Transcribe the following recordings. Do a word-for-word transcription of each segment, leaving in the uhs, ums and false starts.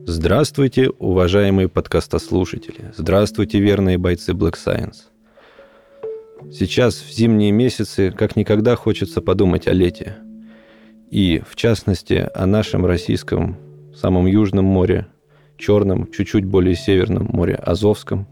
Здравствуйте, уважаемые подкастослушатели. Здравствуйте, верные бойцы Black Science. Сейчас, в зимние месяцы, как никогда хочется подумать о лете. И, в частности, о нашем российском самом южном море, Черном, чуть-чуть более северном море, Азовском.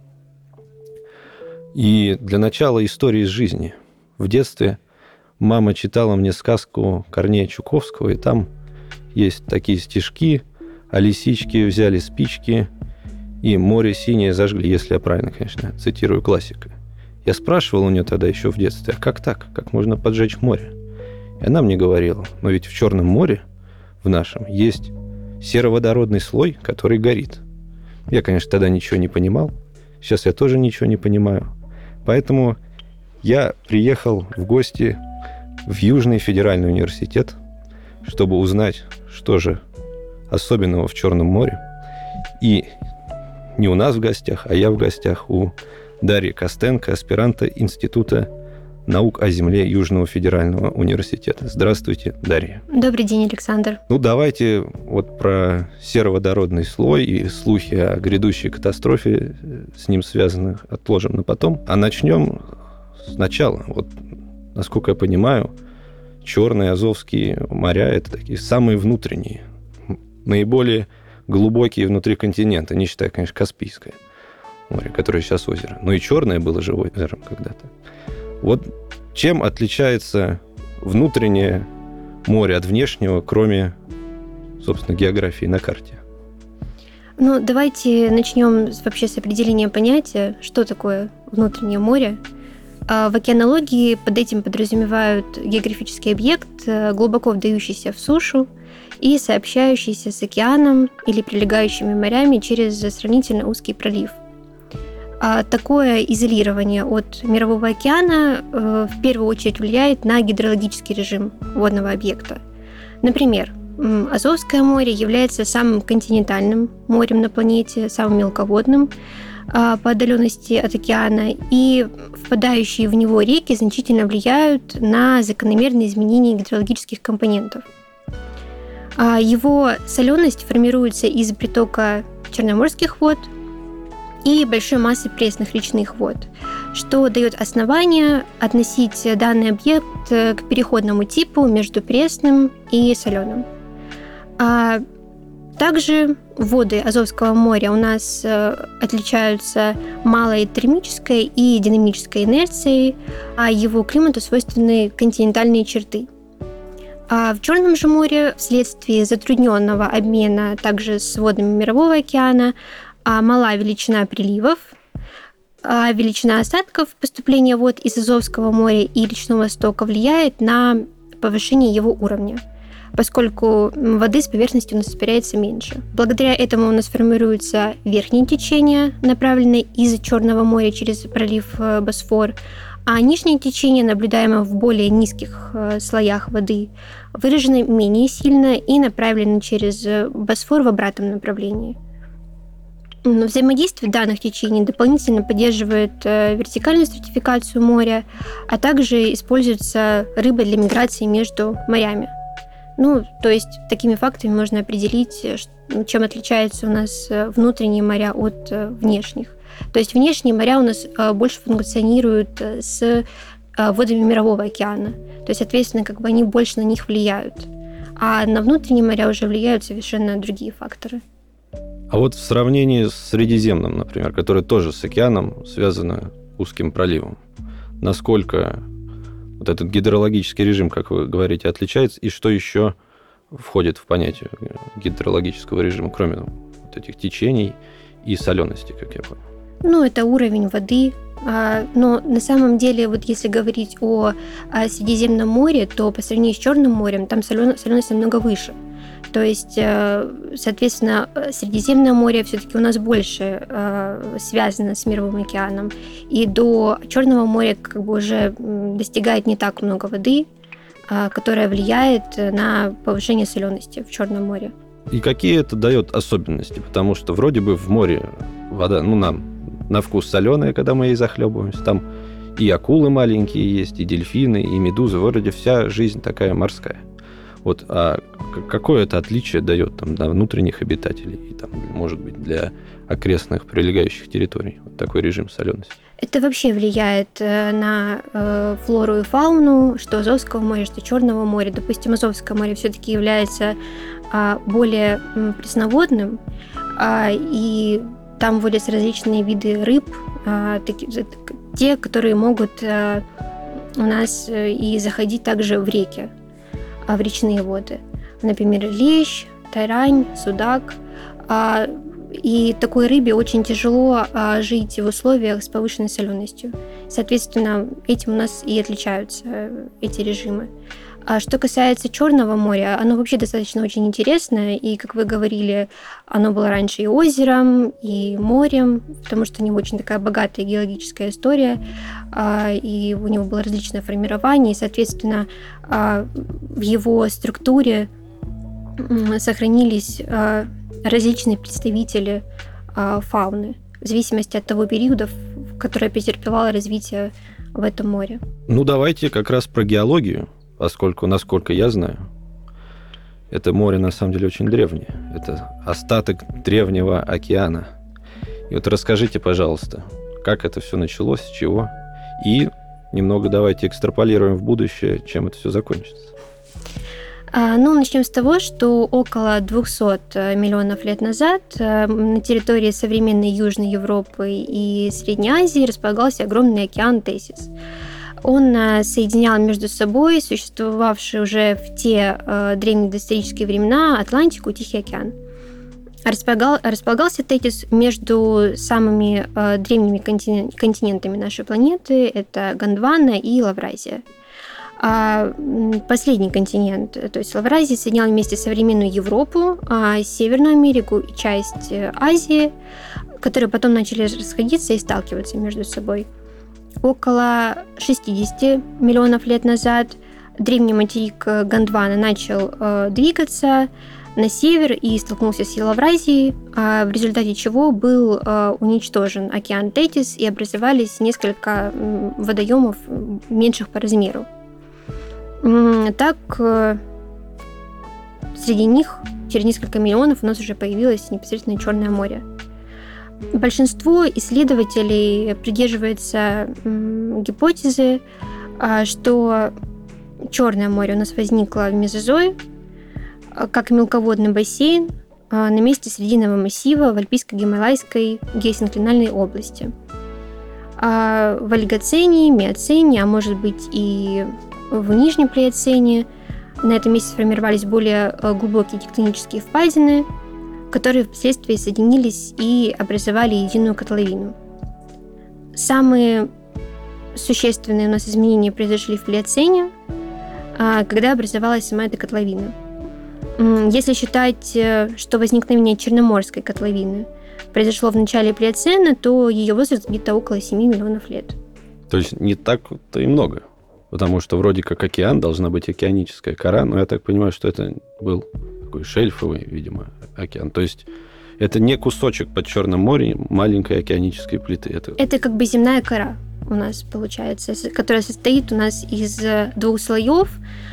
И для начала истории из жизни. В детстве мама читала мне сказку Корнея Чуковского, и там есть такие стишки: «А лисички взяли спички, и море синее зажгли», если я правильно, конечно, цитирую классика. Я спрашивал у нее тогда еще в детстве: а как так? Как можно поджечь море? И она мне говорила: но ведь в Черном море, в нашем, есть сероводородный слой, который горит. Я, конечно, тогда ничего не понимал. Сейчас я тоже ничего не понимаю. Поэтому я приехал в гости в Южный федеральный университет, чтобы узнать, что же особенного в Черном море. И не у нас в гостях, а я в гостях у Дарьи Костенко, аспиранта Института наук о земле Южного федерального университета. Здравствуйте, Дарья. Добрый день, Александр. Ну, давайте вот про сероводородный слой и слухи о грядущей катастрофе с ним связанных отложим на потом. А начнем сначала. Вот, насколько я понимаю, Черные, Азовские моря – это такие самые внутренние, наиболее глубокие внутри континента, не считая, конечно, Каспийское море, которое сейчас озеро. Но и Черное было же озером когда-то. Вот чем отличается внутреннее море от внешнего, кроме, собственно, географии на карте? Ну, давайте начнем вообще с определения понятия, что такое внутреннее море. В океанологии под этим подразумевают географический объект, глубоко вдающийся в сушу и сообщающийся с океаном или прилегающими морями через сравнительно узкий пролив. А такое изолирование от Мирового океана в первую очередь влияет на гидрологический режим водного объекта. Например, Азовское море является самым континентальным морем на планете, самым мелководным по отдаленности от океана, и впадающие в него реки значительно влияют на закономерные изменения гидрологических компонентов. Его соленость формируется из притока черноморских вод и большой массы пресных речных вод, что дает основание относить данный объект к переходному типу между пресным и соленым. А также воды Азовского моря у нас отличаются малой термической и динамической инерцией, а его климату свойственны континентальные черты. А в Черном же море вследствие затрудненного обмена также с водами Мирового океана а мала величина приливов, а величина осадков поступления вод из Азовского моря и речного стока влияет на повышение его уровня, поскольку воды с поверхности у нас испаряется меньше. Благодаря этому у нас формируются верхние течения, направленные из Черного моря через пролив Босфор, а нижнее течение, наблюдаемое в более низких слоях воды, выражено менее сильно и направлено через Босфор в обратном направлении. Взаимодействие данных течений дополнительно поддерживает вертикальную стратификацию моря, а также используется рыба для миграции между морями. Ну, то есть такими фактами можно определить, чем отличаются у нас внутренние моря от внешних. То есть внешние моря у нас больше функционируют с водами Мирового океана. То есть, соответственно, как бы они больше на них влияют. А на внутренние моря уже влияют совершенно другие факторы. А вот в сравнении с Средиземным, например, которое тоже с океаном связано узким проливом, насколько вот этот гидрологический режим, как вы говорите, отличается, и что еще входит в понятие гидрологического режима, кроме вот этих течений и солености, как я понял? Ну, это уровень воды. Но на самом деле, вот если говорить о Средиземном море, то по сравнению с Черным морем там соленость намного выше. То есть, соответственно, Средиземное море все-таки у нас больше связано с Мировым океаном. И до Черного моря как бы уже достигает не так много воды, которая влияет на повышение солености в Черном море. И какие это дает особенности? Потому что вроде бы в море вода, ну, нам на вкус соленая, когда мы ей захлебываемся. Там и акулы маленькие есть, и дельфины, и медузы. Вроде вся жизнь такая морская. Вот, а какое это отличие дает там, для внутренних обитателей и, там, может быть, для окрестных прилегающих территорий, вот такой режим солености? Это вообще влияет на э, флору и фауну, что Азовского моря, что Черного моря. Допустим, Азовское море все-таки является э, более э, пресноводным, э, и там водятся различные виды рыб, э, таки, те, которые могут э, у нас и заходить также в реки, в речные воды. Например, лещ, тарань, судак. И такой рыбе очень тяжело жить в условиях с повышенной соленостью. Соответственно, этим у нас и отличаются эти режимы. А что касается Черного моря, оно вообще достаточно очень интересное, и, как вы говорили, оно было раньше и озером, и морем, потому что у него очень такая богатая геологическая история, и у него было различное формирование, и, соответственно, в его структуре сохранились различные представители фауны, в зависимости от того периода, которое претерпевало развитие в этом море. Ну, давайте как раз про геологию. Поскольку, насколько я знаю, это море на самом деле очень древнее. Это остаток древнего океана. И вот расскажите, пожалуйста, как это все началось, с чего? И немного давайте экстраполируем в будущее, чем это все закончится. Ну, начнем с того, что около двухсот миллионов лет назад на территории современной Южной Европы и Средней Азии располагался огромный океан Тесис. Он соединял между собой существовавшие уже в те э, древние доисторические времена Атлантику и Тихий океан. Располагал, располагался Тетис между самыми э, древними континент, континентами нашей планеты. Это Гондвана и Лавразия. А последний континент, то есть Лавразия, соединял вместе современную Европу, а Северную Америку и часть Азии, которые потом начали расходиться и сталкиваться между собой. Около шестьдесят миллионов лет назад древний материк Гондвана начал э, двигаться на север и столкнулся с Лавразией, э, в результате чего был э, уничтожен океан Тетис и образовались несколько э, водоемов меньших по размеру. Э, так, э, среди них через несколько миллионов у нас уже появилось непосредственно Черное море. Большинство исследователей придерживается гипотезы, что Черное море у нас возникло в Мезозое, как мелководный бассейн на месте Срединного массива в Альпийско-Гималайской геосинклинальной области. А в Олигоцене, Миоцене, а может быть и в Нижнем Плеоцене на этом месте сформировались более глубокие тектонические впадины, которые впоследствии соединились и образовали единую котловину. Самые существенные у нас изменения произошли в Плеоцене, когда образовалась сама эта котловина. Если считать, что возникновение Черноморской котловины произошло в начале Плеоцена, то ее возраст где-то около семь миллионов лет. То есть не так-то и много, потому что вроде как океан, должна быть океаническая кора, но я так понимаю, что это был такой шельфовый, видимо, океан. То есть это не кусочек под Черным морем маленькой океанической плиты. Это... это как бы земная кора у нас получается, которая состоит у нас из двух слоев: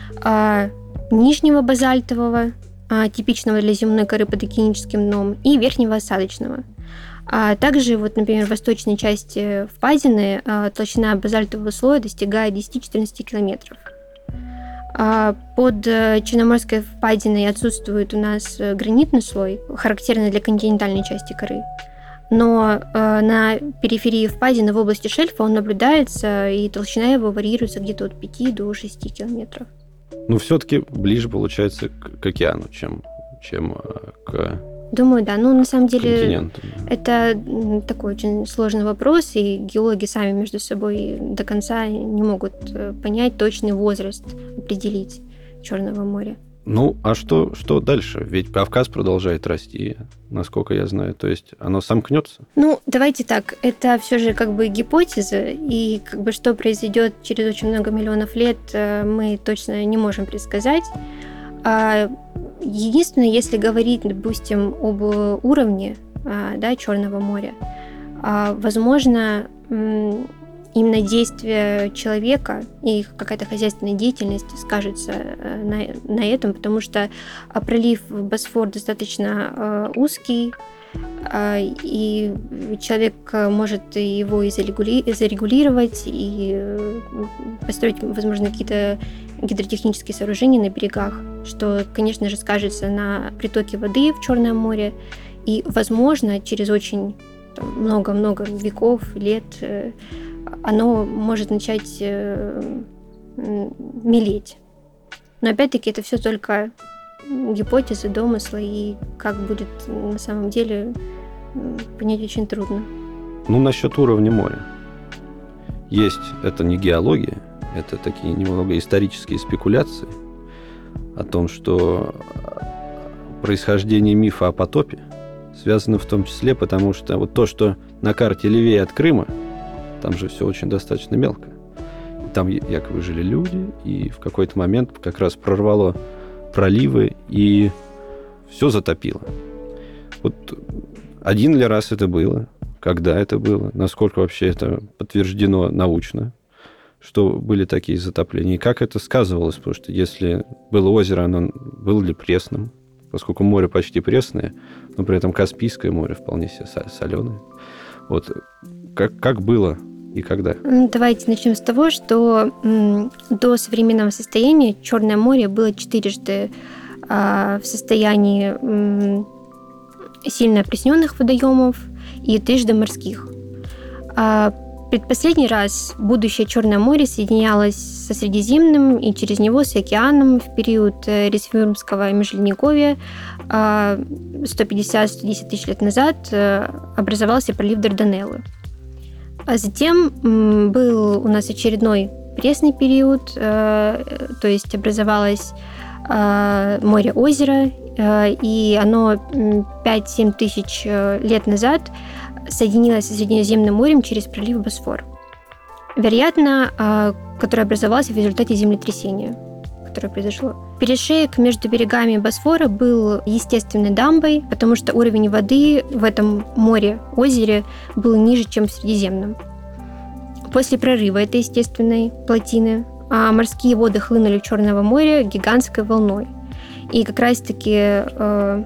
нижнего базальтового, типичного для земной коры под океаническим дном, и верхнего осадочного. А также, вот, например, в восточной части впадины толщина базальтового слоя достигает десять-четырнадцать километров. Под Черноморской впадиной отсутствует у нас гранитный слой, характерный для континентальной части коры. Но на периферии впадины в области шельфа он наблюдается, и толщина его варьируется где-то от пяти до шести километров. Ну, все-таки ближе получается к, к океану, чем, чем к... Думаю, да. Ну, на самом деле, это такой очень сложный вопрос, и геологи сами между собой до конца не могут понять точный возраст, определить Черного моря. Ну, а что, что дальше? Ведь Кавказ продолжает расти, насколько я знаю. То есть оно сомкнется? Ну, давайте так. Это все же как бы гипотеза, и как бы что произойдет через очень много миллионов лет, мы точно не можем предсказать. Единственное, если говорить, допустим, об уровне, да, Черного моря, возможно, именно действие человека и какая-то хозяйственная деятельность скажется на, на этом, потому что пролив Босфор достаточно узкий, и человек может его и зарегулировать, и построить, возможно, какие-то гидротехнические сооружения на берегах, что, конечно же, скажется на притоке воды в Черное море, и, возможно, через очень там, много-много веков, лет оно может начать мелеть. Но, опять-таки, это все только гипотезы, домыслы, и как будет на самом деле, понять очень трудно. Ну, насчет уровня моря. Есть, это не геология, это такие немного исторические спекуляции о том, что происхождение мифа о потопе связано в том числе, потому что вот то, что на карте левее от Крыма, там же все очень достаточно мелко. И там якобы жили люди, и в какой-то момент как раз прорвало проливы, и все затопило. Вот один ли раз это было? Когда это было? Насколько вообще это подтверждено научно, что были такие затопления? И как это сказывалось? Потому что если было озеро, оно было ли пресным? Поскольку море почти пресное, но при этом Каспийское море вполне себе соленое. Вот как, как было и когда? Давайте начнем с того, что м, до современного состояния Черное море было четырежды э, в состоянии м, сильно опресненных водоемов и трижды морских. А предпоследний раз будущее Черное море соединялось со Средиземным и через него с океаном в период Ресвюрмского межледниковья сто пятьдесят - сто десять тысяч лет назад образовался пролив Дарданеллы. А затем был у нас очередной пресный период, то есть образовалось море-озеро, и оно пять-семь тысяч лет назад соединилось со Средиземным морем через пролив Босфор. Вероятно, который образовался в результате землетрясения, которое произошло. Перешеек между берегами Босфора был естественной дамбой, потому что уровень воды в этом море-озере был ниже, чем в Средиземном. После прорыва этой естественной плотины морские воды хлынули в Черное море гигантской волной. И как раз-таки э,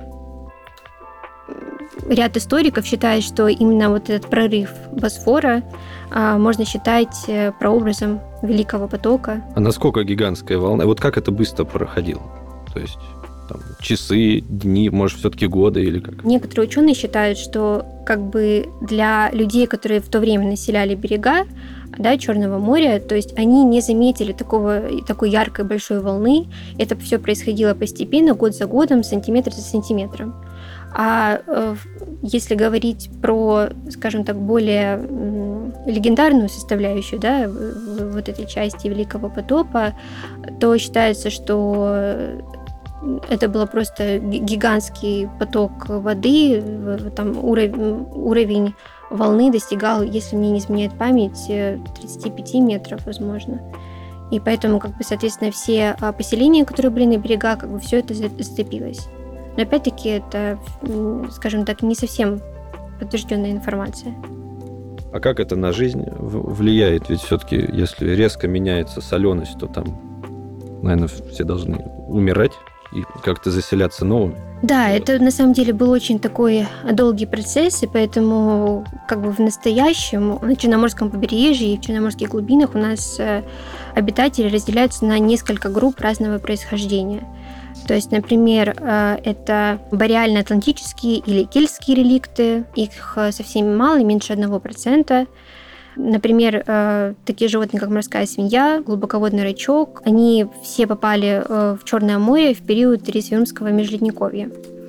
ряд историков считает, что именно вот этот прорыв Босфора э, можно считать прообразом Великого потока. А насколько гигантская волна? Вот как это быстро проходило? То есть там, часы, дни, может, все-таки годы или как? Некоторые ученые считают, что как бы для людей, которые в то время населяли берега, да, Черного моря, то есть они не заметили такого, такой яркой большой волны. Это все происходило постепенно, год за годом, сантиметр за сантиметром. А э, если говорить про, скажем так, более э, легендарную составляющую, да, в, в, вот этой части Великого потопа, то считается, что это был просто гигантский поток воды, там уровень, уровень волны достигал, если мне не изменяет память, тридцать пять метров, возможно. И поэтому, как бы, соответственно, все поселения, которые были на берегах, как бы все это затопилось. Но опять-таки это, скажем так, не совсем подтвержденная информация. А как это на жизнь влияет? Ведь все-таки, если резко меняется соленость, то там, наверное, все должны умирать и как-то заселяться новыми. Да, это на самом деле был очень такой долгий процесс, и поэтому как бы в настоящем на Черноморском побережье и в Черноморских глубинах у нас обитатели разделяются на несколько групп разного происхождения. То есть, например, это бореально-атлантические или кельтские реликты, их совсем мало, меньше одного процента. Например, такие животные, как морская свинья, глубоководный рачок, они все попали в Черное море в период Ресвюрмского межледниковья.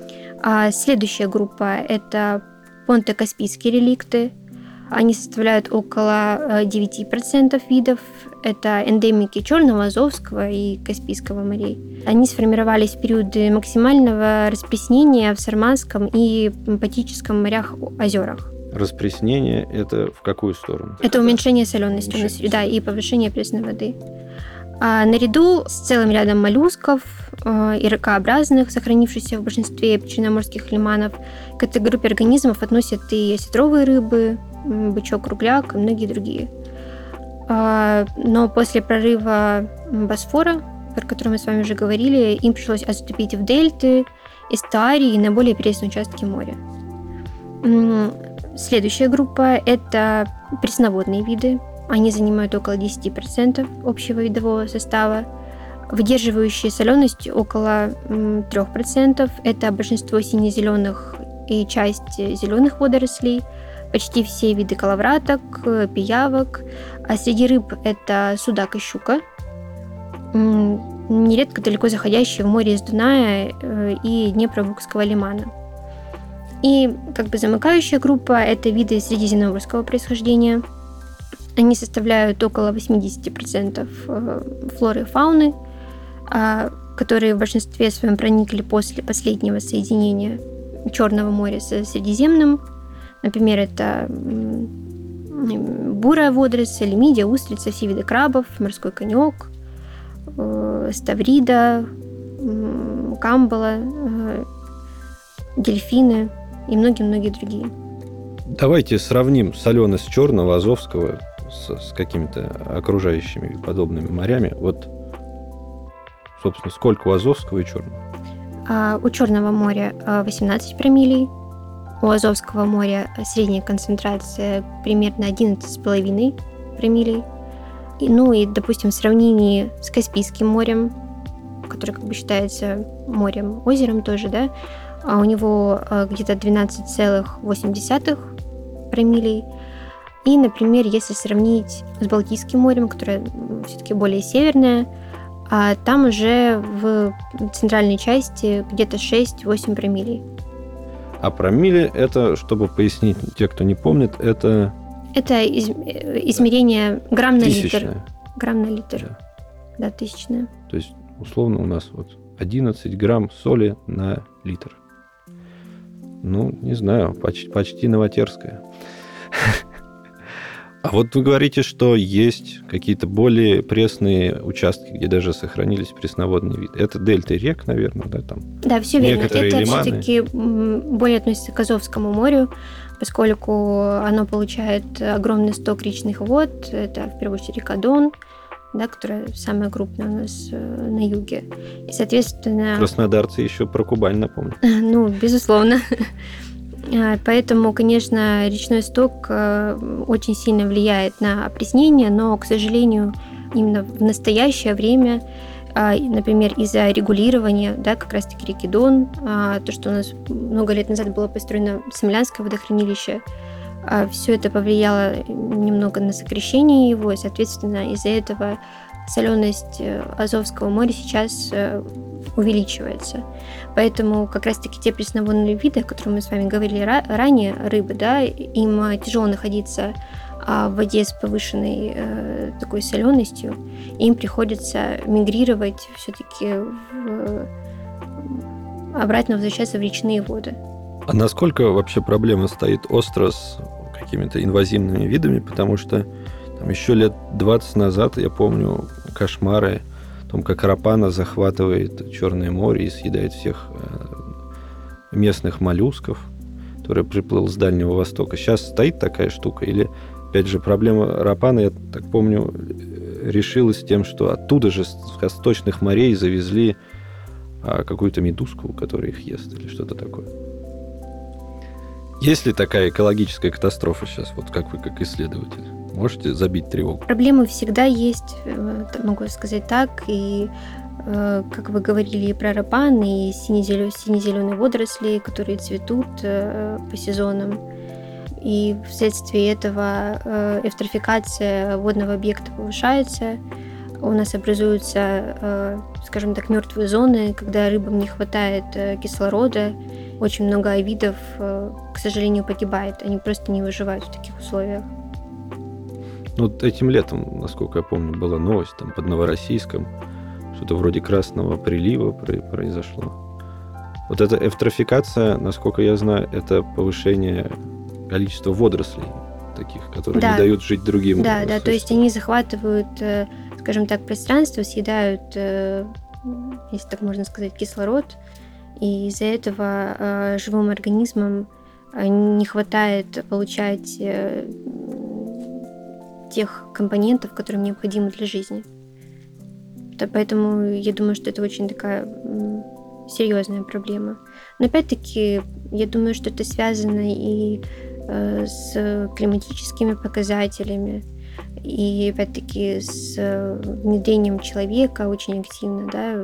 А следующая группа – это понто-каспийские реликты. Они составляют около девять процентов видов. Это эндемики Черного, Азовского и Каспийского морей. Они сформировались в периоды максимального распреснения в Сарманском и Балтийском морях-озерах. Распреснение – это в какую сторону? Это уменьшение солености, уменьшение. Да, и повышение пресной воды. А наряду с целым рядом моллюсков э, и ракообразных, сохранившихся в большинстве черноморских лиманов, к этой группе организмов относят и осетровые рыбы, бычок-кругляк и многие другие. Но после прорыва Босфора, про который мы с вами уже говорили, им пришлось отступить в дельты, эстуарии и на более пресные участки моря. Следующая группа – это пресноводные виды. Они занимают около десять процентов общего видового состава. Выдерживающие соленость около три процента. Это большинство сине-зеленых и часть зеленых водорослей. Почти все виды коловраток, пиявок. А среди рыб это судак и щука. Нередко далеко заходящие в море из Дуная и Днепровского лимана. И как бы замыкающая группа – это виды средиземноморского происхождения. Они составляют около восемьдесят процентов флоры и фауны, которые в большинстве своем проникли после последнего соединения Черного моря с Средиземным. Например, это бурая водоросль, мидия, устрица, все виды крабов, морской конек, ставрида, камбала, дельфины и многие-многие другие. Давайте сравним соленость Черного, Азовского с, с какими-то окружающими подобными морями. Вот, собственно, сколько у Азовского и Черного? А у Черного моря восемнадцать промиллей, у Азовского моря средняя концентрация примерно одиннадцать с половиной промиллей. И, ну и, допустим, в сравнении с Каспийским морем, которое как бы считается морем, озером тоже, да, а у него где-то двенадцать целых восемь десятых промиллей. И, например, если сравнить с Балтийским морем, которое все-таки более северное, а там уже в центральной части где-то шесть-восемь промиллей. А промилле это, чтобы пояснить те, кто не помнит, это... Это из, измерение грамм на тысячное. литр. Грамм на литр. Да. Да, тысячное. То есть, условно, у нас вот одиннадцать грамм соли на литр. Ну, не знаю, почти, почти новотерская. А вот вы говорите, что есть какие-то более пресные участки, где даже сохранились пресноводные виды. Это дельты рек, наверное, да, там? Да, все верно. Это лиманы. все-таки более относится к Азовскому морю, поскольку оно получает огромный сток речных вод. Это, в первую очередь, река Дон, да, которая самая крупная у нас на юге. И, соответственно... Краснодарцы еще про Кубань напомнят. Ну, безусловно. Поэтому, конечно, речной сток очень сильно влияет на опреснение, но, к сожалению, именно в настоящее время, например, из-за регулирования, да, как раз-таки реки Дон, то, что у нас много лет назад было построено Семлянское водохранилище, все это повлияло немного на сокращение его, и, соответственно, из-за этого соленость Азовского моря сейчас увеличивается. Поэтому как раз-таки те пресноводные виды, о которых мы с вами говорили ранее, рыбы, да, им тяжело находиться в воде с повышенной э, такой соленостью, им приходится мигрировать все-таки в... обратно возвращаться в речные воды. А насколько вообще проблема стоит остро с какими-то инвазивными видами? Потому что там еще лет двадцать назад, я помню, кошмары о том, как рапана захватывает Черное море и съедает всех местных моллюсков, который приплыл с Дальнего Востока. Сейчас стоит такая штука? Или, опять же, проблема рапана, я так помню, решилась тем, что оттуда же, с восточных морей, завезли какую-то медузку, которая их ест, или что-то такое? Есть ли такая экологическая катастрофа сейчас, вот как вы, как исследователь? Можете забить тревогу? Проблемы всегда есть, могу сказать так, и как вы говорили, и про рапан, и сине-зеленые водоросли, которые цветут по сезонам. И вследствие этого эвтрофикация водного объекта повышается. У нас образуются, скажем так, мертвые зоны, когда рыбам не хватает кислорода. Очень много видов, к сожалению, погибает. Они просто не выживают в таких условиях. Ну, вот этим летом, насколько я помню, была новость там под Новороссийском, что-то вроде красного прилива произошло. Вот эта эвтрофикация, насколько я знаю, это повышение количества водорослей таких, которые да. не дают жить другим. Да, да, то есть они захватывают, скажем так, пространство, съедают, если так можно сказать, кислород, и из-за этого живым организмам не хватает получать тех компонентов, которые необходимы для жизни. Поэтому я думаю, что это очень такая серьезная проблема. Но опять-таки, я думаю, что это связано и с климатическими показателями, и опять-таки с внедрением человека очень активно, да,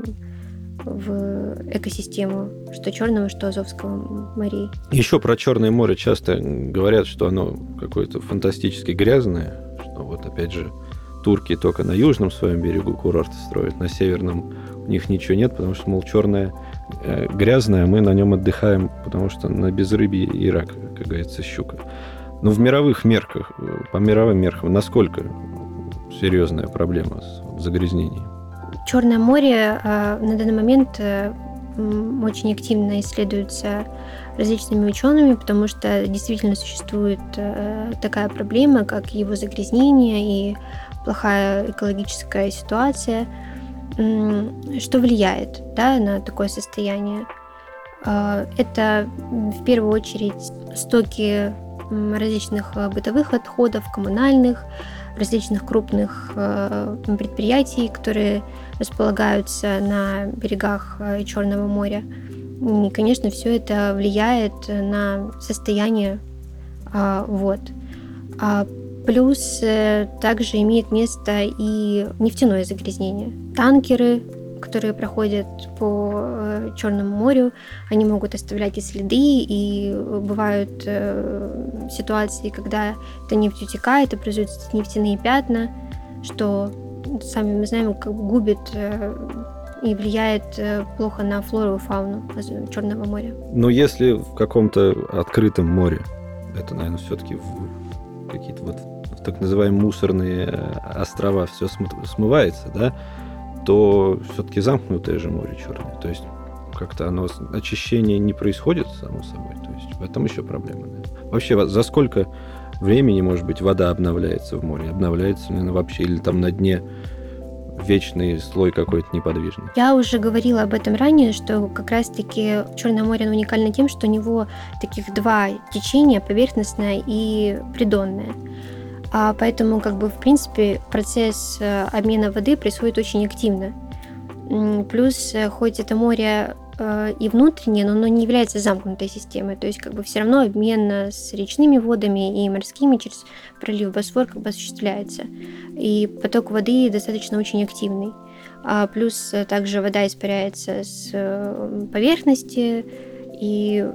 в экосистему, что Черного, что Азовского морей. Еще про Черное море часто говорят, что оно какое-то фантастически грязное, что вот опять же турки только на южном своем берегу курорты строят, на северном у них ничего нет, потому что, мол, черное э, грязное, а мы на нем отдыхаем, потому что на безрыбье и рак, как говорится, щука. Но в мировых мерках, по мировым меркам, насколько серьезная проблема с загрязнением? Черное море э, на данный момент э, очень активно исследуется различными учеными, потому что действительно существует э, такая проблема, как его загрязнение и плохая экологическая ситуация, э, что влияет, да, на такое состояние. Э, это в первую очередь стоки различных бытовых отходов, коммунальных, различных крупных предприятий, которые располагаются на берегах Черного моря. И, конечно, все это влияет на состояние вод. Плюс также имеет место и нефтяное загрязнение. Танкеры, которые проходят по Черному морю, они могут оставлять и следы, и бывают э, ситуации, когда эта нефть утекает, и образуются нефтяные пятна, что, сами мы знаем, как губит э, и влияет э, плохо на флору и фауну Черного моря. Но если в каком-то открытом море, это, наверное, все-таки какие-то вот так называемые мусорные острова, все смывается, да, то все-таки замкнутое же море Черное. То есть как-то оно, очищение не происходит само собой. То есть в этом еще проблема. Да? Вообще, за сколько времени, может быть, вода обновляется в море? Обновляется ли она вообще? Или там на дне вечный слой какой-то неподвижный? Я уже говорила об этом ранее, что как раз-таки Черное море уникально тем, что у него таких два течения, поверхностное и придонное. А поэтому, как бы, в принципе, процесс обмена воды происходит очень активно. Плюс, хоть это море и внутреннее, но оно не является замкнутой системой. То есть, как бы, все равно обмен с речными водами и морскими через пролив Босфор как бы осуществляется. И поток воды достаточно очень активный. А плюс также вода испаряется с поверхности, и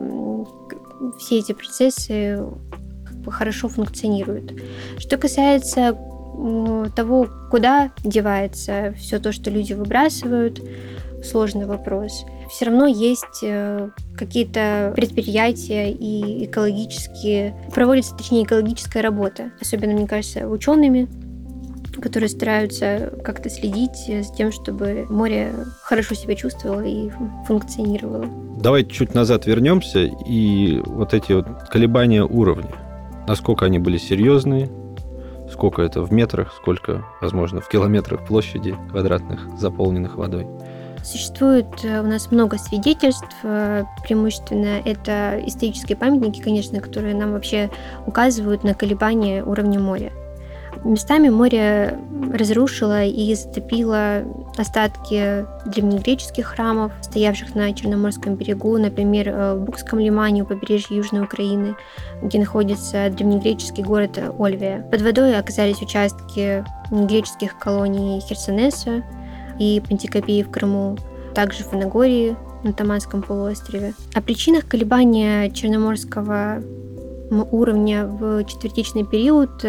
все эти процессы хорошо функционирует. Что касается того, куда девается все то, что люди выбрасывают, сложный вопрос. Все равно есть какие-то предприятия и экологические, проводится, точнее, экологическая работа, особенно, мне кажется, учеными, которые стараются как-то следить за тем, чтобы море хорошо себя чувствовало и функционировало. Давайте чуть назад вернемся, и вот эти вот колебания уровня. Насколько они были серьезные, сколько это в метрах, сколько, возможно, в километрах площади квадратных, заполненных водой. Существует у нас много свидетельств, преимущественно это исторические памятники, конечно, которые нам вообще указывают на колебания уровня моря. Местами море разрушило и затопило остатки древнегреческих храмов, стоявших на Черноморском берегу, например, в Букском лимане у побережья Южной Украины, где находится древнегреческий город Ольвия. Под водой оказались участки греческих колоний Херсонеса и Пантикопеи в Крыму, также в Фанагории на Таманском полуострове. О причинах колебания черноморского уровня в четвертичный период,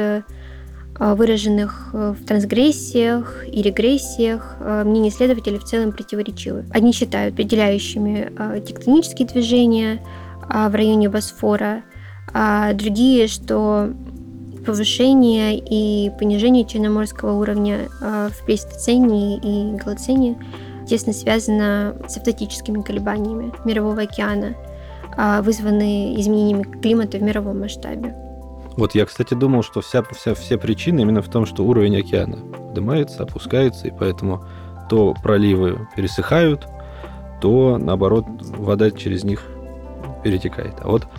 выраженных в трансгрессиях и регрессиях, мнения исследователей в целом противоречивы. Одни считают определяющими тектонические движения в районе Босфора, а другие, что повышение и понижение черноморского уровня в плейстоцене и голоцене тесно связано с автотическими колебаниями Мирового океана, вызванные изменениями климата в мировом масштабе. Вот я, кстати, думал, что вся, вся, все причины именно в том, что уровень океана поднимается, опускается, и поэтому то проливы пересыхают, то, наоборот, вода через них перетекает. А вот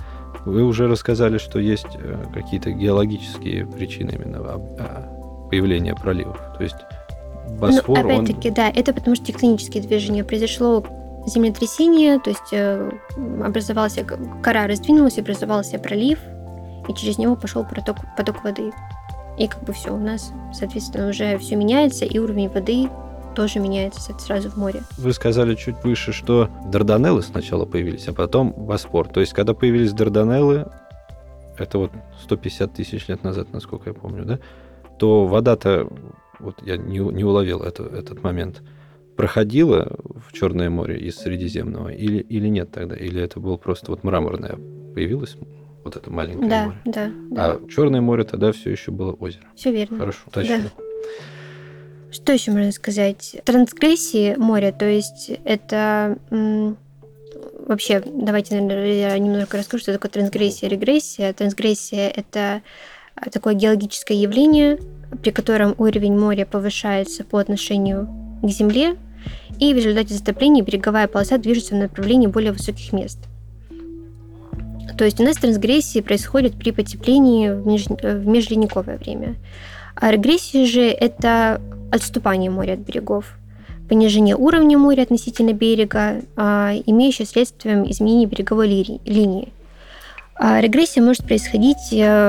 Вы уже рассказали, что есть какие-то геологические причины именно появления проливов. То есть Босфор, ну, опять-таки, он... да, это потому что тектонические движения. Произошло землетрясение, то есть образовался, кора раздвинулась, образовался пролив, и через него пошел поток, поток воды. И как бы все, у нас, соответственно, уже все меняется, и уровень воды тоже меняется сразу в море. Вы сказали чуть выше, что Дарданеллы сначала появились, а потом Босфор. То есть, когда появились Дарданеллы, это вот сто пятьдесят тысяч лет назад, насколько я помню, да, то вода-то, вот я не, не уловил это, этот момент, проходила в Черное море из Средиземного или, или нет тогда? Или это было просто вот мраморное появилось? Вот это маленькое да, море. Да, да. А Черное море тогда все еще было озеро. Все верно. Хорошо, точно. Да. Что еще можно сказать? Трансгрессии моря, то есть это м, вообще, давайте, наверное, я немножко расскажу, что такое трансгрессия и регрессия. Трансгрессия – это такое геологическое явление, при котором уровень моря повышается по отношению к земле, и в результате затопления береговая полоса движется в направлении более высоких мест. То есть у нас трансгрессии происходят при потеплении в, меж... в межледниковое время. А регрессия же – это отступание моря от берегов, понижение уровня моря относительно берега, имеющее следствием изменения береговой линии. А регрессия может происходить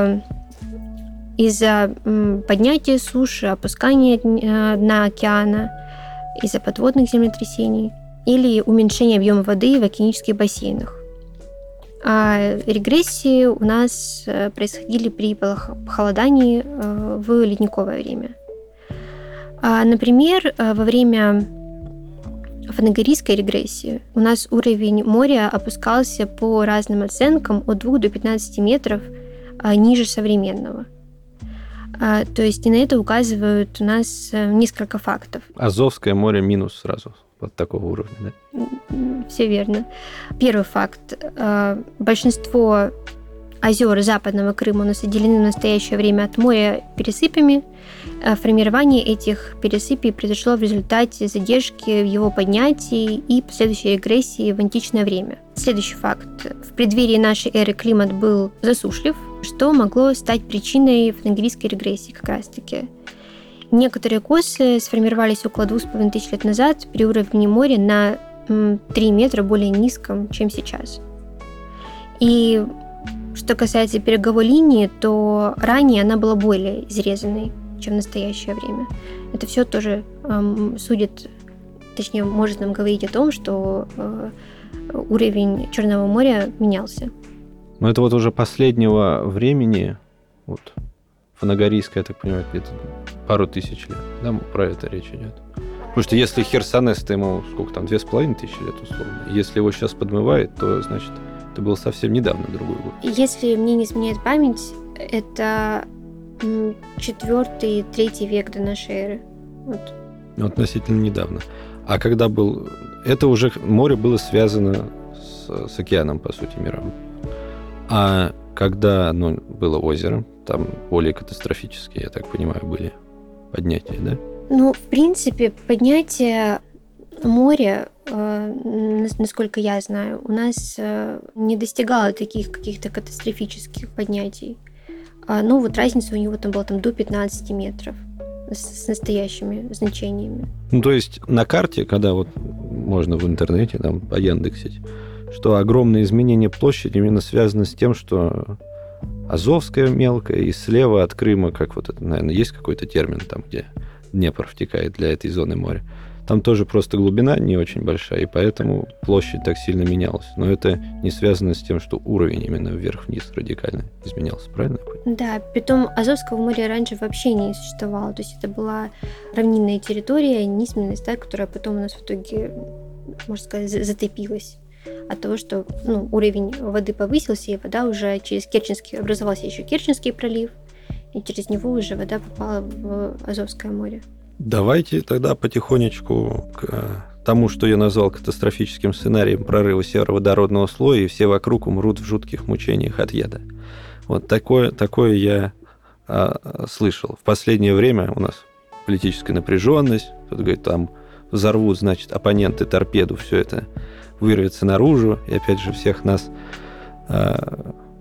из-за поднятия суши, опускания дна океана, из-за подводных землетрясений или уменьшения объема воды в океанических бассейнах. А регрессии у нас происходили при похолодании в ледниковое время. Например, во время фанагорийской регрессии у нас уровень моря опускался по разным оценкам от двух до пятнадцати метров ниже современного. То есть и на это указывают у нас несколько фактов. Азовское море минус сразу от такого уровня, да? Все верно. Первый факт. Большинство озер Западного Крыма у нас отделены в настоящее время от моря пересыпями. Формирование этих пересыпей произошло в результате задержки в его поднятии и последующей регрессии в античное время. Следующий факт. В преддверии нашей эры климат был засушлив, что могло стать причиной фанагорийской регрессии как раз-таки. Некоторые косы сформировались около двух с половиной тысяч лет назад при уровне моря на три метра более низком, чем сейчас. И что касается береговой линии, то ранее она была более изрезанной, чем в настоящее время. Это все тоже эм, судит, точнее, может нам говорить о том, что э, уровень Черного моря менялся. Но это вот уже последнего времени, вот, фанагорийская, я так понимаю, где-то пару тысяч лет, да, про это речь идет. Потому что если Херсонес, то ему сколько там, две с половиной тысячи лет условно. Если его сейчас подмывает, то, значит, это было совсем недавно, другой год. Если мне не изменяет память, это четвертый, третий век до нашей эры. Вот. Относительно недавно. А когда был... Это уже море было связано с, с океаном, по сути, миром. А когда оно было озером, там более катастрофические, я так понимаю, были поднятия, да? Ну, в принципе, поднятие моря, насколько я знаю, у нас не достигало таких каких-то катастрофических поднятий. Ну, вот разница у него там была там, до пятнадцати метров с настоящими значениями. Ну, то есть на карте, когда вот можно в интернете там пояндексить, что огромное изменение площади именно связано с тем, что Азовская мелкая и слева от Крыма, как вот это, наверное, есть какой-то термин там, где Днепр втекает для этой зоны моря. Там тоже просто глубина не очень большая, и поэтому площадь так сильно менялась. Но это не связано с тем, что уровень именно вверх-вниз радикально изменялся, правильно? Да, притом Азовского моря раньше вообще не существовало. То есть это была равнинная территория, низменность, да, которая потом у нас в итоге, можно сказать, затопилась от того, что ну, уровень воды повысился, и вода уже через Керченский, образовался еще Керченский пролив, и через него уже вода попала в Азовское море. Давайте тогда потихонечку к тому, что я назвал катастрофическим сценарием прорыва сероводородного слоя, и все вокруг умрут в жутких мучениях от яда. Вот такое, такое я а, слышал. В последнее время у нас политическая напряженность, кто-то говорит, там взорвут, значит, оппоненты торпеду, все это вырвется наружу, и опять же всех нас а,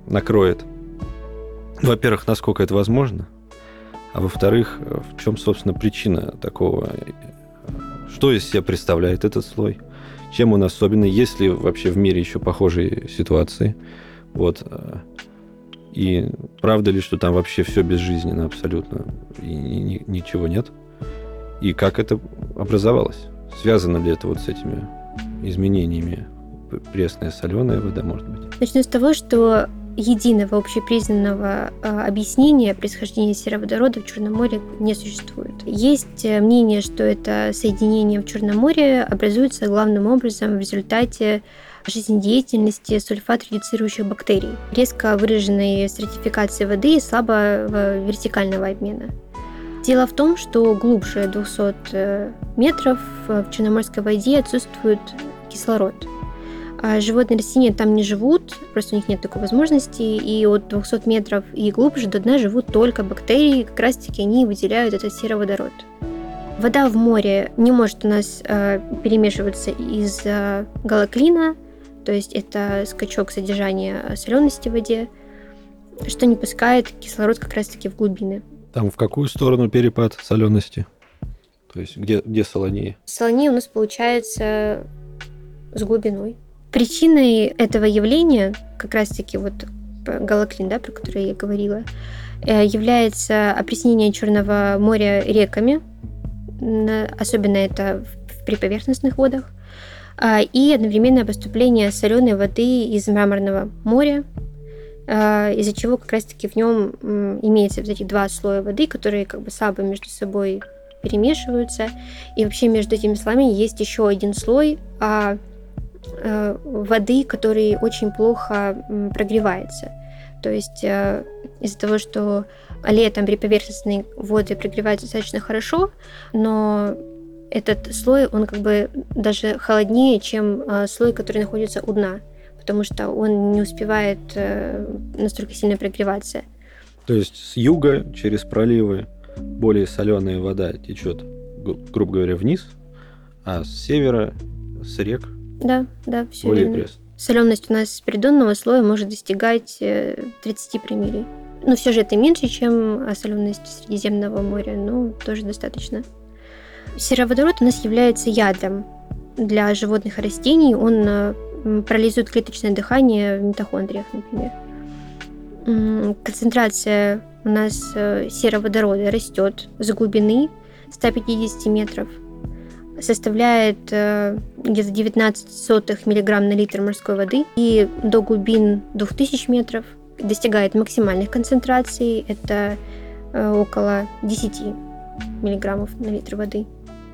накроет. Во-первых, насколько это возможно, а во-вторых, в чем, собственно, причина такого, что из себя представляет этот слой, чем он особенный, есть ли вообще в мире еще похожие ситуации, вот, и правда ли, что там вообще все безжизненно абсолютно, и ни- ничего нет, и как это образовалось, связано ли это вот с этими изменениями, пресная, соленая вода, может быть? Начну с того, что единого общепризнанного э, объяснения происхождения сероводорода в Черном море не существует. Есть мнение, что это соединение в Черном море образуется главным образом в результате жизнедеятельности сульфат-редуцирующих бактерий, резко выраженной стратификации воды и слабого вертикального обмена. Дело в том, что глубже двухсот метров в черноморской воде отсутствует кислород. А животные и растения там не живут, просто у них нет такой возможности, и от двухсот метров и глубже до дна живут только бактерии, как раз-таки они выделяют этот сероводород. Вода в море не может у нас э, перемешиваться из-за галоклина, то есть это скачок содержания солености в воде, что не пускает кислород как раз-таки в глубины. Там в какую сторону перепад солености? То есть где, где солонее? Солонее у нас получается с глубиной. Причиной этого явления, как раз-таки вот галоклин, да, про который я говорила, является опреснение Черного моря реками, особенно это в приповерхностных водах, и одновременное поступление соленой воды из Мраморного моря, из-за чего как раз-таки в нем имеется вот эти два слоя воды, которые как бы слабо между собой перемешиваются, и вообще между этими слоями есть еще один слой воды, который очень плохо прогревается. То есть из-за того, что летом приповерхностные воды прогреваются достаточно хорошо, но этот слой, он как бы даже холоднее, чем слой, который находится у дна, потому что он не успевает настолько сильно прогреваться. То есть с юга через проливы более соленая вода течет, грубо говоря, вниз, а с севера, с рек, да, да, все более верно. пресная. Соленость у нас придонного слоя может достигать тридцать промилле. Но все же это меньше, чем соленость Средиземного моря, но тоже достаточно. Сероводород у нас является ядром для животных и растений. Он парализует клеточное дыхание в митохондриях, например. Концентрация у нас сероводорода растет с глубины ста пятидесяти метров, составляет где-то девятнадцать сотых миллиграмм на литр морской воды, и до глубин двух тысяч метров достигает максимальных концентраций, это около десяти миллиграммов на литр воды.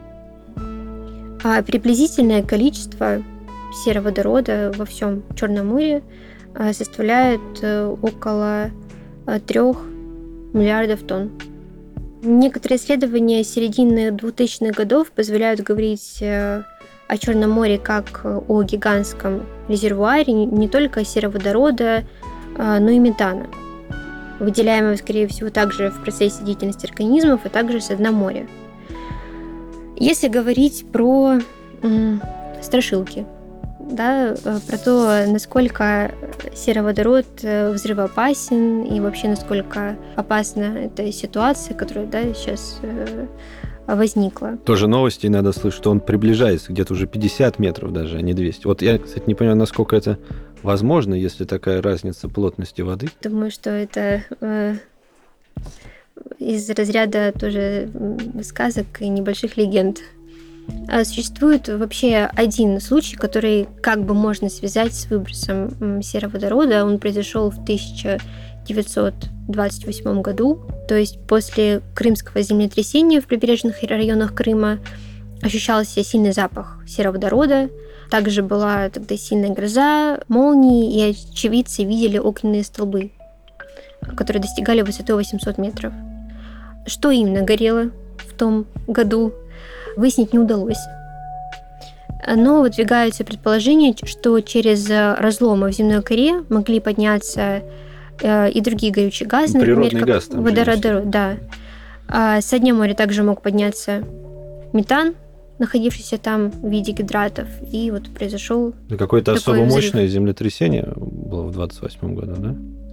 А приблизительное количество сероводорода во всем Черном море составляет около трех миллиардов тонн. Некоторые исследования середины двухтысячных годов позволяют говорить о Черном море как о гигантском резервуаре не только сероводорода, но и метана, выделяемого, скорее всего, также в процессе деятельности организмов, а также со дна моря. Если говорить про м, страшилки, да, про то, насколько сероводород взрывоопасен и вообще насколько опасна эта ситуация, которая, да, сейчас возникла. Тоже новости иногда слышу, что он приближается где-то уже пятьдесят метров даже, а не двести. Вот я, кстати, не понимаю, насколько это возможно, если такая разница плотности воды. Думаю, что это э, из разряда тоже сказок и небольших легенд. Существует вообще один случай, который как бы можно связать с выбросом сероводорода. Он произошел в тысяча девятьсот двадцать восьмом году, то есть после крымского землетрясения в прибрежных районах Крыма ощущался сильный запах сероводорода. Также была тогда сильная гроза, молнии, и очевидцы видели огненные столбы, которые достигали высоты восемьсот метров. Что именно горело в том году, выяснить не удалось. Но выдвигаются предположения, что через разломы в земной коре могли подняться и другие горючие газы, природный например, газ, как водород. Да. А с дна моря также мог подняться метан, находившийся там в виде гидратов, и вот произошел да, какое-то такой особо взрыв. Мощное землетрясение было в двадцать восьмом году, да?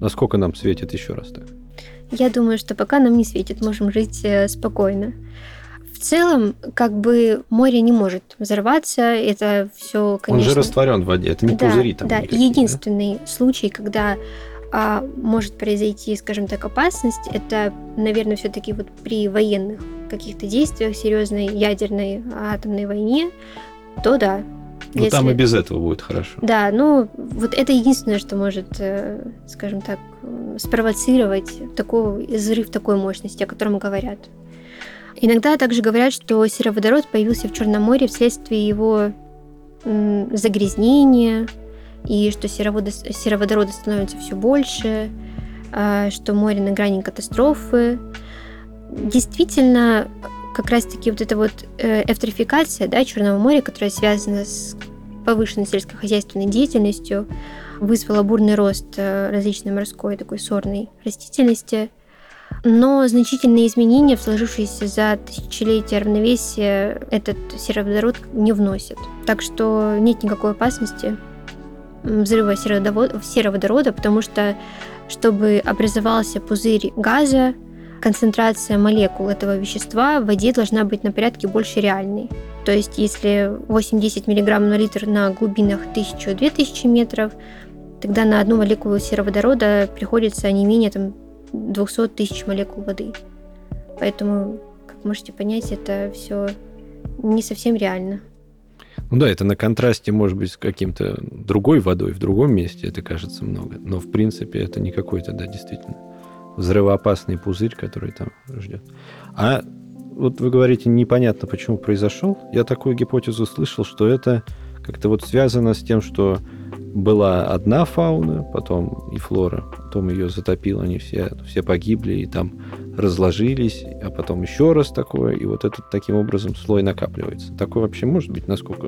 Насколько нам светит еще раз так? Я думаю, что пока нам не светит, можем жить спокойно. В целом, как бы море не может взорваться, это все, конечно... Он же растворен в воде, это не да, пузыри там. Да, никакие, единственный да? случай, когда а, может произойти, скажем так, опасность, это, наверное, все-таки вот при военных каких-то действиях, серьезной ядерной атомной войне, то да. Ну, если... там и без этого будет хорошо. Да, ну, вот это единственное, что может, скажем так, спровоцировать такой взрыв такой мощности, о котором говорят. Иногда также говорят, что сероводород появился в Черном море вследствие его загрязнения, и что сероводорода становится все больше, что море на грани катастрофы. Действительно, как раз-таки вот эта вот эвтрофикация, да, Черного моря, которая связана с повышенной сельскохозяйственной деятельностью, вызвала бурный рост различной морской такой сорной растительности. Но значительные изменения в сложившееся за тысячелетия равновесие этот сероводород не вносит. Так что нет никакой опасности взрыва сероводорода, потому что, чтобы образовался пузырь газа, концентрация молекул этого вещества в воде должна быть на порядке больше реальной. То есть, если восемь-десять миллиграмм на литр на глубинах тысяча-две тысячи метров, тогда на одну молекулу сероводорода приходится не менее там, двести тысяч молекул воды. Поэтому, как можете понять, это все не совсем реально. Ну да, это на контрасте, может быть, с каким-то другой водой в другом месте, это кажется много. Но, в принципе, это не какой-то, да, действительно, взрывоопасный пузырь, который там ждет. А вот вы говорите, непонятно, почему произошел. Я такую гипотезу слышал, что это как-то вот связано с тем, что была одна фауна, потом и флора, потом ее затопило, они все, все погибли и там разложились, а потом еще раз такое, и вот этот таким образом слой накапливается. Такое вообще может быть, насколько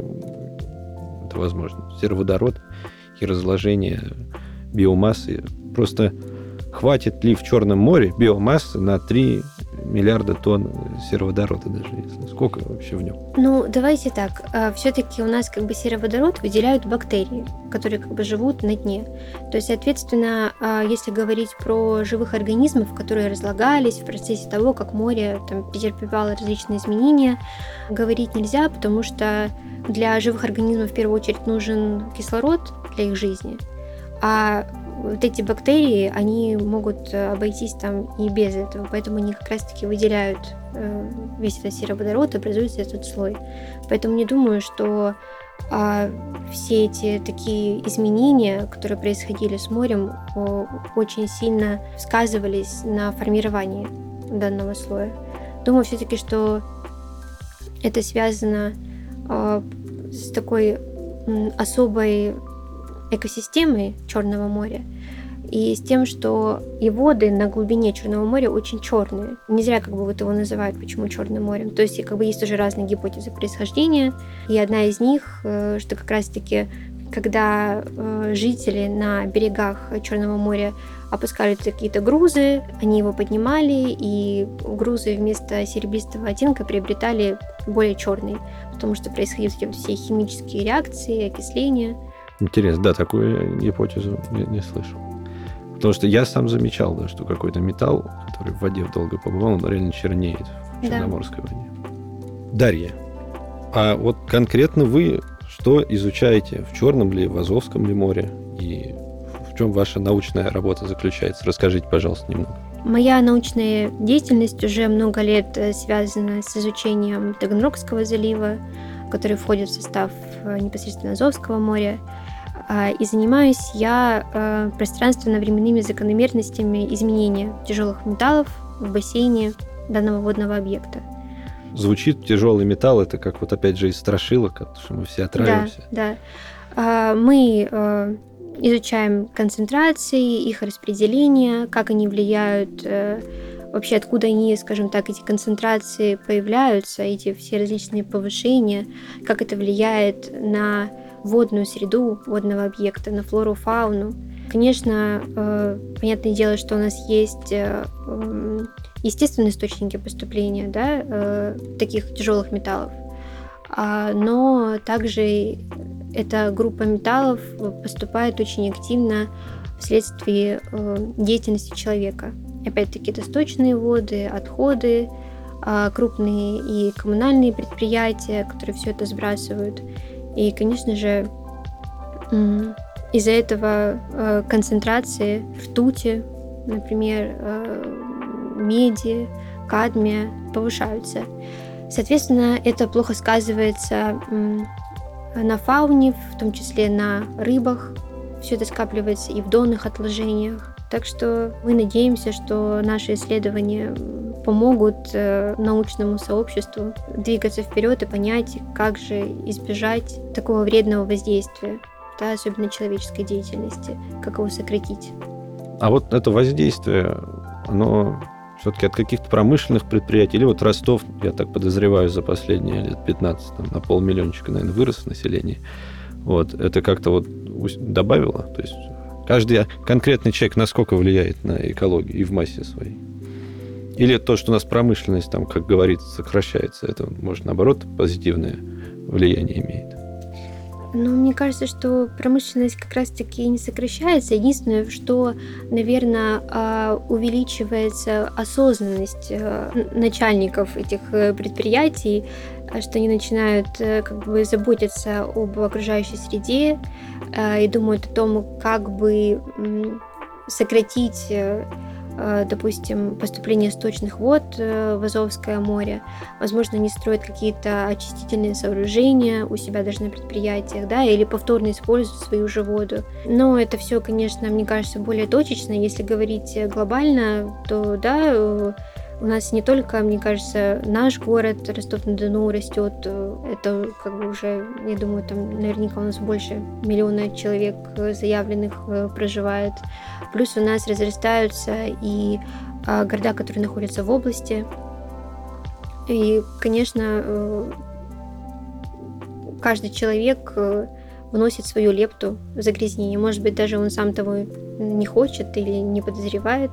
это возможно? Сероводород и разложение биомассы. Просто хватит ли в Черном море биомассы на три миллиарда тонн сероводорода даже, если сколько вообще в нем? Ну, давайте так. Все-таки у нас как бы сероводород выделяют бактерии, которые как бы живут на дне. То есть, соответственно, если говорить про живых организмов, которые разлагались в процессе того, как море там претерпевало различные изменения, говорить нельзя, потому что для живых организмов в первую очередь нужен кислород для их жизни, а вот эти бактерии, они могут обойтись там и без этого, поэтому они как раз-таки выделяют весь этот сероводород, и образуется этот слой. Поэтому не думаю, что а, все эти такие изменения, которые происходили с морем, о, очень сильно сказывались на формировании данного слоя. Думаю все-таки, что это связано а, с такой м, особой экосистемой Черного моря и с тем, что и воды на глубине Черного моря очень черные. Не зря как бы вот его называют, почему Черным морем. То есть как бы есть уже разные гипотезы происхождения, и одна из них, что как раз-таки когда жители на берегах Черного моря опускали какие-то грузы, они его поднимали, и грузы вместо серебристого оттенка приобретали более черный, потому что происходили вот все химические реакции, окисление. Интересно, да, такую гипотезу не, не слышал. Потому что я сам замечал, да, что какой-то металл, который в воде долго побывал, он реально чернеет в Черноморской да. воде. Дарья, а вот конкретно вы что изучаете? В Черном ли, в Азовском ли море? И в чем ваша научная работа заключается? Расскажите, пожалуйста, немного. Моя научная деятельность уже много лет связана с изучением Таганрогского залива, который входит в состав непосредственно Азовского моря. И занимаюсь я пространственно-временными закономерностями изменения тяжелых металлов в бассейне данного водного объекта. Звучит тяжелый металл, это как вот опять же из страшилок, что мы все отравимся. Да, да. Мы изучаем концентрации, их распределение, как они влияют, вообще откуда они, скажем так, эти концентрации появляются, эти все различные повышения, как это влияет на водную среду водного объекта, на флору, фауну. Конечно, понятное дело, что у нас есть естественные источники поступления, да, таких тяжелых металлов, но также эта группа металлов поступает очень активно в вследствие деятельности человека. Опять-таки, это сточные воды, отходы, крупные и коммунальные предприятия, которые все это сбрасывают. И, конечно же, из-за этого концентрации ртути, например, меди, кадмия повышаются. Соответственно, это плохо сказывается на фауне, в том числе на рыбах. Все это скапливается и в донных отложениях. Так что мы надеемся, что наши исследования помогут научному сообществу двигаться вперед и понять, как же избежать такого вредного воздействия, да, особенно человеческой деятельности, как его сократить. А вот это воздействие, оно все-таки от каких-то промышленных предприятий, или вот Ростов, я так подозреваю, за последние лет пятнадцать там, на полмиллиончика, наверное, вырос население. Вот, это как-то вот добавило? То есть каждый конкретный человек насколько влияет на экологию и в массе своей? Или то, что у нас промышленность, там, как говорится, сокращается, это, может, наоборот, позитивное влияние имеет? Ну, мне кажется, что промышленность как раз-таки не сокращается. Единственное, что, наверное, увеличивается осознанность начальников этих предприятий, что они начинают как бы заботиться об окружающей среде и думают о том, как бы сократить, допустим, поступление сточных вод в Азовское море. Возможно, они строят какие-то очистительные сооружения у себя даже на предприятиях, да, или повторно используют свою же воду. Но это все, конечно, мне кажется, более точечно. Если говорить глобально, то да, у нас не только, мне кажется, наш город Ростов-на-Дону растет. Это как бы уже, я думаю, там наверняка у нас больше миллиона человек заявленных проживает. Плюс у нас разрастаются и города, которые находятся в области. И, конечно, каждый человек вносит свою лепту в загрязнение. Может быть, даже он сам того не хочет или не подозревает,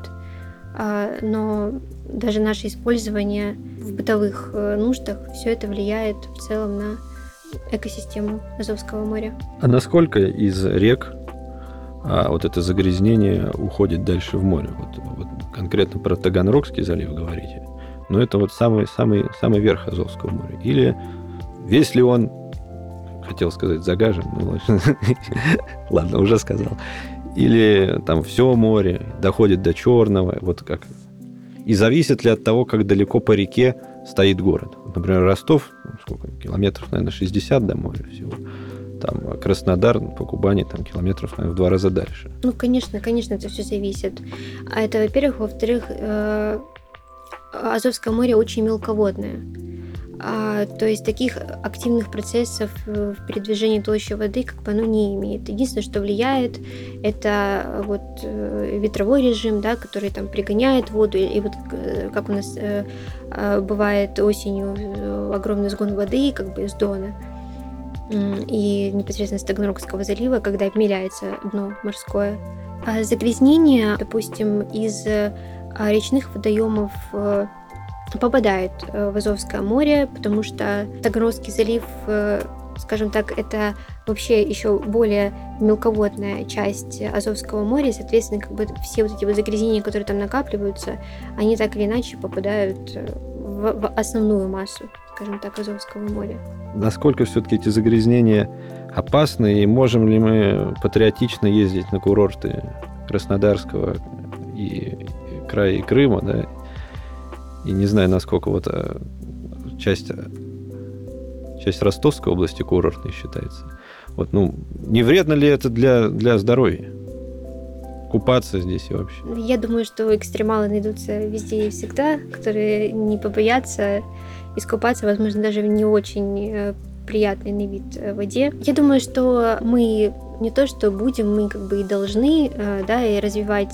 но даже наше использование в бытовых нуждах, все это влияет в целом на экосистему Азовского моря. А насколько из рек а вот это загрязнение уходит дальше в море? Вот, вот конкретно про Таганрогский залив говорите, но это вот самый, самый, самый верх Азовского моря. Или весь ли он, хотел сказать, загажен, ну, ладно, уже сказал. Или там все море доходит до Черного, вот как. И зависит ли от того, как далеко по реке стоит город. Например, Ростов, сколько, километров, наверное, шестьдесят до моря всего. Там Краснодар по Кубани там километров, наверное, в два раза дальше. Ну, конечно, конечно, это все зависит. А это, во-первых. Во-вторых, Азовское море очень мелководное. А, то есть таких активных процессов в передвижении толщи воды как бы оно не имеет. Единственное, что влияет, это вот ветровой режим, да, который там пригоняет воду, и вот как у нас бывает осенью огромный сгон воды как бы из Дона, и непосредственно с Таганрогского залива, когда обмеляется дно морское. А загрязнение, допустим, из речных водоемов попадает в Азовское море, потому что Таганрогский залив, скажем так, это вообще еще более мелководная часть Азовского моря, соответственно, как бы все вот эти вот загрязнения, которые там накапливаются, они так или иначе попадают в, в основную массу, скажем так, Азовского моря. Насколько все-таки эти загрязнения опасны, и можем ли мы патриотично ездить на курорты Краснодарского и края и Крыма, да? И не знаю, насколько вот часть, часть Ростовской области курортной считается. Вот, ну, не вредно ли это для, для здоровья? Купаться здесь и вообще? Я думаю, что экстремалы найдутся везде и всегда, которые не побоятся искупаться, возможно, даже в не очень приятной на вид воде. Я думаю, что мы не то, что будем, мы как бы и должны, да, и развивать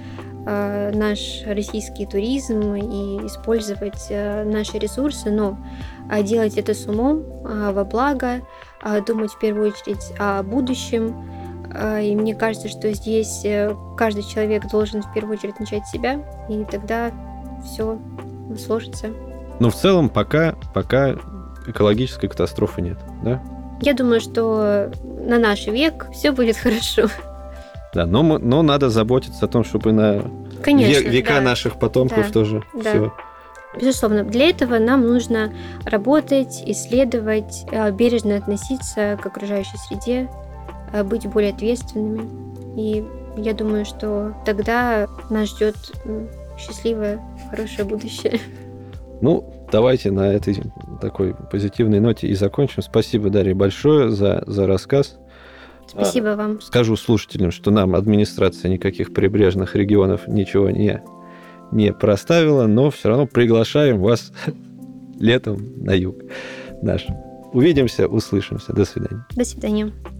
наш российский туризм и использовать наши ресурсы, но делать это с умом, во благо, думать в первую очередь о будущем. И мне кажется, что здесь каждый человек должен в первую очередь начать с себя, и тогда все сложится. Но в целом пока, пока экологической катастрофы нет, да? Я думаю, что на наш век все будет хорошо. Да, но, мы, но надо заботиться о том, чтобы на Конечно, века да. наших потомков Да, тоже да. все. Безусловно, для этого нам нужно работать, исследовать, бережно относиться к окружающей среде, быть более ответственными. И я думаю, что тогда нас ждет счастливое, хорошее будущее. Ну, давайте на этой такой позитивной ноте и закончим. Спасибо, Дарья, большое за, за рассказ. Спасибо а, вам. Скажу слушателям, что нам администрация никаких прибрежных регионов ничего не, не проставила, но все равно приглашаем вас летом на юг наш. Увидимся, услышимся. До свидания. До свидания.